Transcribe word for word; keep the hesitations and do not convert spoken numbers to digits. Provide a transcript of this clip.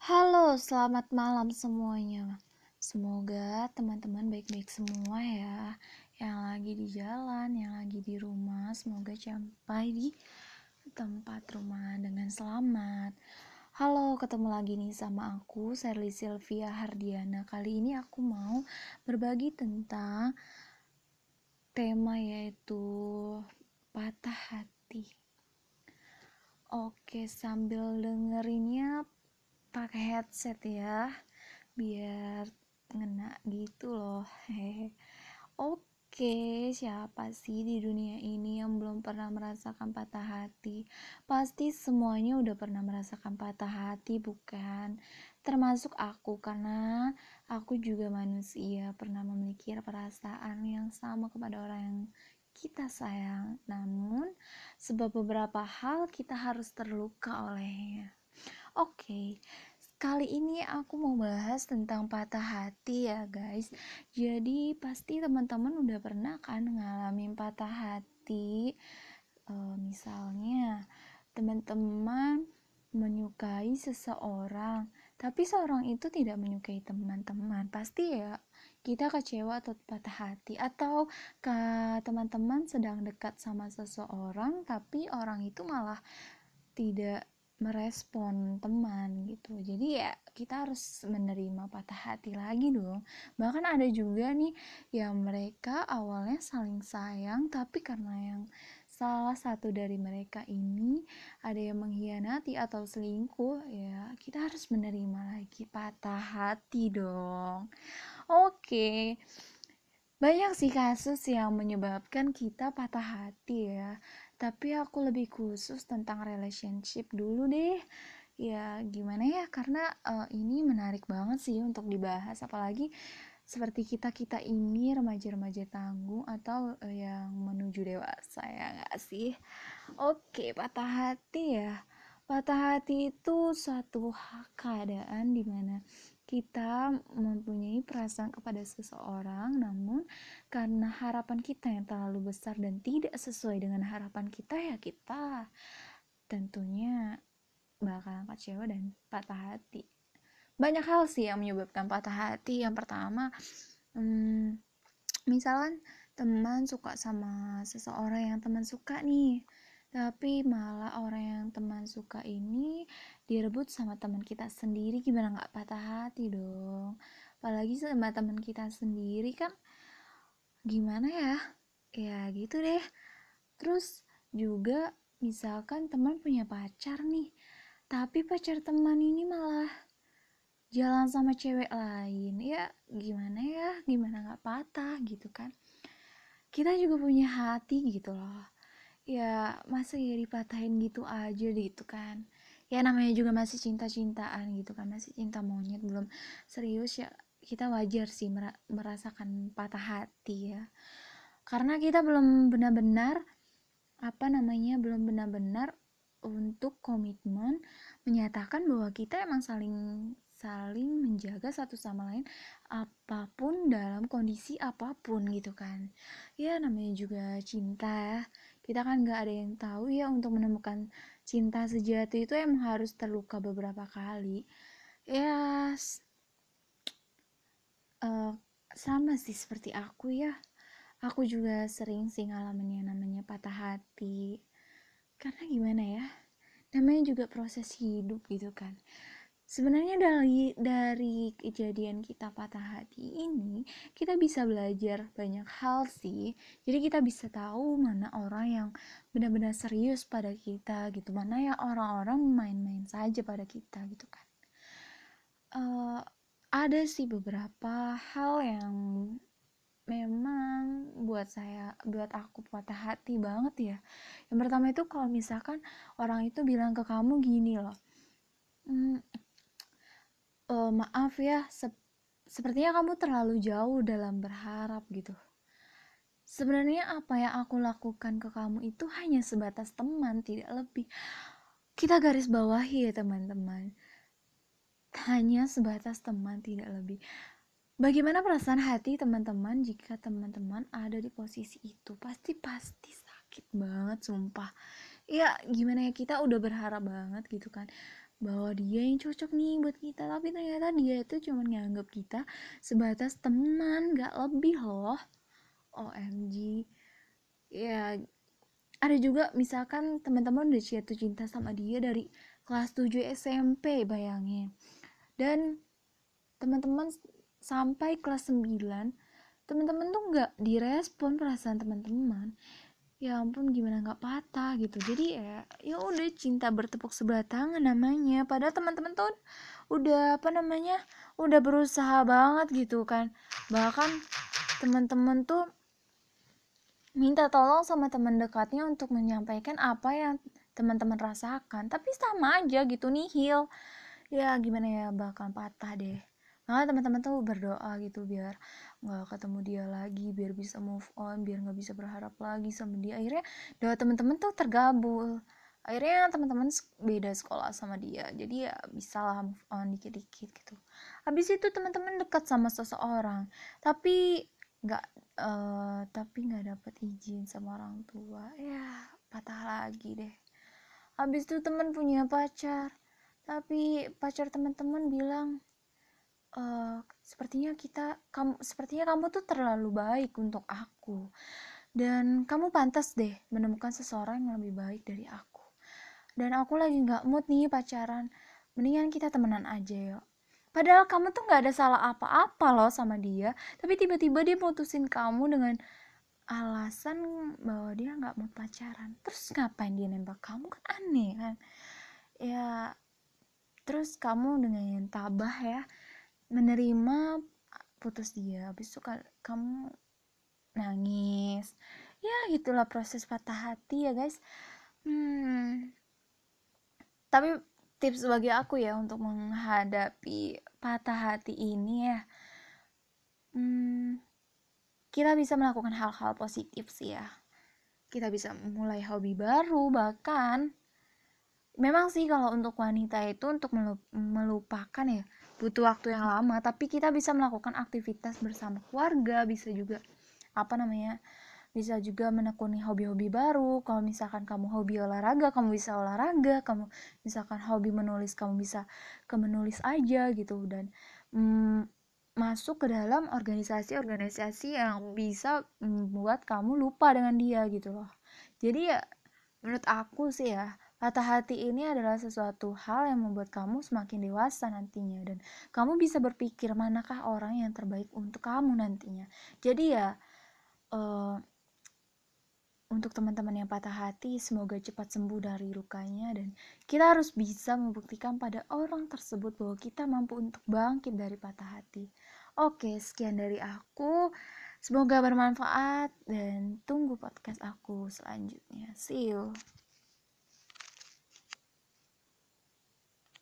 Halo, selamat malam semuanya. Semoga teman-teman baik-baik semua ya. Yang lagi di jalan, yang lagi di rumah, semoga sampai di tempat rumah dengan selamat. Halo, ketemu lagi nih sama aku, Sherly Sylvia Hardiana. Kali ini aku mau berbagi tentang tema yaitu patah hati. Oke, sambil dengerinnya pakai headset ya, biar ngena gitu loh. Hehe. Oke, siapa sih di dunia ini yang belum pernah merasakan patah hati? Pasti semuanya udah pernah merasakan patah hati, bukan? Termasuk aku, karena aku juga manusia, pernah memiliki perasaan yang sama kepada orang yang kita sayang. Namun, sebab beberapa hal kita harus terluka olehnya. Oke, kali ini aku mau bahas tentang patah hati ya guys. Jadi pasti teman-teman udah pernah kan ngalamin patah hati. E, misalnya teman-teman menyukai seseorang, tapi seorang itu tidak menyukai teman-teman. Pasti ya kita kecewa atau patah hati. Atau ke teman-teman sedang dekat sama seseorang, tapi orang itu malah tidak merespon teman gitu. Jadi ya kita harus menerima patah hati lagi dong. Bahkan ada juga nih yang mereka awalnya saling sayang, tapi karena yang salah satu dari mereka ini ada yang mengkhianati atau selingkuh, ya kita harus menerima lagi patah hati dong. Oke, banyak sih kasus yang menyebabkan kita patah hati ya, tapi aku lebih khusus tentang relationship dulu deh. Ya gimana ya, karena uh, ini menarik banget sih untuk dibahas, apalagi seperti kita-kita ini remaja-remaja tanggung atau uh, yang menuju dewasa, ya gak sih? Oke, patah hati ya. Patah hati itu suatu keadaan dimana kita mempunyai perasaan kepada seseorang, namun karena harapan kita yang terlalu besar dan tidak sesuai dengan harapan kita, ya kita tentunya bakalan kecewa dan patah hati. Banyak hal sih yang menyebabkan patah hati. Yang pertama, hmm, misalkan teman suka sama seseorang yang teman suka nih, tapi malah orang yang teman suka ini direbut sama teman kita sendiri. Gimana nggak patah hati dong? Apalagi sama teman kita sendiri kan, gimana ya, ya gitu deh. Terus juga misalkan teman punya pacar nih, tapi pacar teman ini malah jalan sama cewek lain, ya gimana ya, gimana nggak patah gitu kan. Kita juga punya hati gitu loh, ya masa ya dipatahin gitu aja gitu kan. Ya namanya juga masih cinta-cintaan gitu kan, masih cinta monyet, belum serius ya. Kita wajar sih merasakan patah hati ya, karena kita belum benar-benar apa namanya belum benar-benar untuk komitmen menyatakan bahwa kita emang saling saling menjaga satu sama lain, apapun dalam kondisi apapun gitu kan. Ya namanya juga cinta ya, kita kan nggak ada yang tahu ya. Untuk menemukan cinta sejati itu emang harus terluka beberapa kali ya. Uh, sama sih seperti aku ya, aku juga sering sih ngalamin yang namanya patah hati. Karena gimana ya, namanya juga proses hidup gitu kan. Sebenarnya dari dari kejadian kita patah hati ini, kita bisa belajar banyak hal sih. Jadi kita bisa tahu mana orang yang benar-benar serius pada kita gitu, mana yang orang-orang main-main saja pada kita gitu kan. Uh, ada sih beberapa hal yang memang buat saya, buat aku patah hati banget ya. Yang pertama itu kalau misalkan orang itu bilang ke kamu gini loh, hmm, e, maaf ya, se- sepertinya kamu terlalu jauh dalam berharap gitu. Sebenarnya apa yang aku lakukan ke kamu itu hanya sebatas teman, tidak lebih. Kita garis bawahi ya teman-teman, hanya sebatas teman, tidak lebih. Bagaimana perasaan hati teman-teman jika teman-teman ada di posisi itu? Pasti pasti sakit banget sumpah. Ya gimana ya, kita udah berharap banget gitu kan. bahwa dia yang cocok nih buat kita, tapi ternyata dia itu cuma nganggap kita sebatas teman, gak lebih loh. O M G. Ya, ada juga misalkan teman-teman udah jatuh cinta sama dia dari kelas tujuh S M P, bayangin. Dan teman-teman sampai kelas sembilan, teman-teman tuh nggak direspon perasaan teman-teman. Ya ampun, gimana nggak patah gitu. Jadi ya ya udah, cinta bertepuk sebelah tangan namanya. Padahal teman-teman tuh udah apa namanya udah berusaha banget gitu kan. Bahkan teman-teman tuh minta tolong sama teman dekatnya untuk menyampaikan apa yang teman-teman rasakan, tapi sama aja gitu, nihil. Ya gimana ya, bakal patah deh. Makanya teman-teman tuh berdoa gitu biar nggak ketemu dia lagi, biar bisa move on, biar nggak bisa berharap lagi sama dia. Akhirnya doa teman-teman tuh tergabul. Akhirnya teman-teman beda sekolah sama dia, jadi ya bisa lah move on dikit-dikit gitu. Habis itu teman-teman dekat sama seseorang, tapi nggak uh, tapi nggak dapet izin sama orang tua. Ya patah lagi deh. Habis itu teman punya pacar, tapi pacar teman-teman bilang, e, sepertinya kita kamu sepertinya kamu tuh terlalu baik untuk aku, dan kamu pantas deh menemukan seseorang yang lebih baik dari aku, dan aku lagi nggak mood nih pacaran, mendingan kita temenan aja yuk. Padahal kamu tuh nggak ada salah apa-apa loh sama dia, tapi tiba-tiba dia putusin kamu dengan alasan bahwa dia nggak mau pacaran. Terus ngapain dia nembak kamu, kan aneh kan ya. Terus kamu dengan tabah ya menerima putus dia, habis itu kamu nangis. Ya gitulah proses patah hati ya guys. hmm tapi tips bagi aku ya untuk menghadapi patah hati ini ya, hmm, kita bisa melakukan hal-hal positif sih ya. Kita bisa mulai hobi baru, bahkan memang sih kalau untuk wanita itu untuk melupakan ya butuh waktu yang lama, tapi kita bisa melakukan aktivitas bersama keluarga, bisa juga apa namanya bisa juga menekuni hobi-hobi baru. Kalau misalkan kamu hobi olahraga, kamu bisa olahraga. Kamu misalkan hobi menulis, kamu bisa ke menulis aja gitu. Dan mm, masuk ke dalam organisasi-organisasi yang bisa membuat kamu lupa dengan dia gitu loh. Jadi ya menurut aku sih ya, patah hati ini adalah sesuatu hal yang membuat kamu semakin dewasa nantinya, dan kamu bisa berpikir manakah orang yang terbaik untuk kamu nantinya. Jadi ya uh, untuk teman-teman yang patah hati, semoga cepat sembuh dari lukanya, dan kita harus bisa membuktikan pada orang tersebut bahwa kita mampu untuk bangkit dari patah hati. Oke, sekian dari aku. Semoga bermanfaat dan tunggu podcast aku selanjutnya. See you.